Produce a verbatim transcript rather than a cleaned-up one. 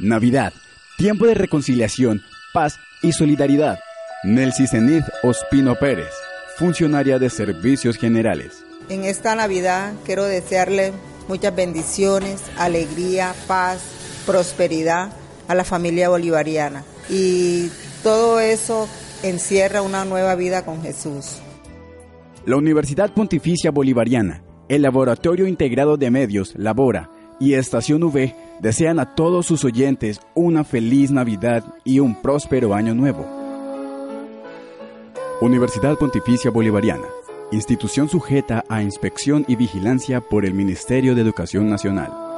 Navidad, tiempo de reconciliación, paz y solidaridad. Nelcy Zenith Ospino Pérez, funcionaria de Servicios Generales. En esta Navidad quiero desearle muchas bendiciones, alegría, paz, prosperidad a la familia bolivariana. Y todo eso encierra una nueva vida con Jesús. La Universidad Pontificia Bolivariana, el Laboratorio Integrado de Medios, Labora, y Estación V desean a todos sus oyentes una feliz Navidad y un próspero año nuevo. Universidad Pontificia Bolivariana, institución sujeta a inspección y vigilancia por el Ministerio de Educación Nacional.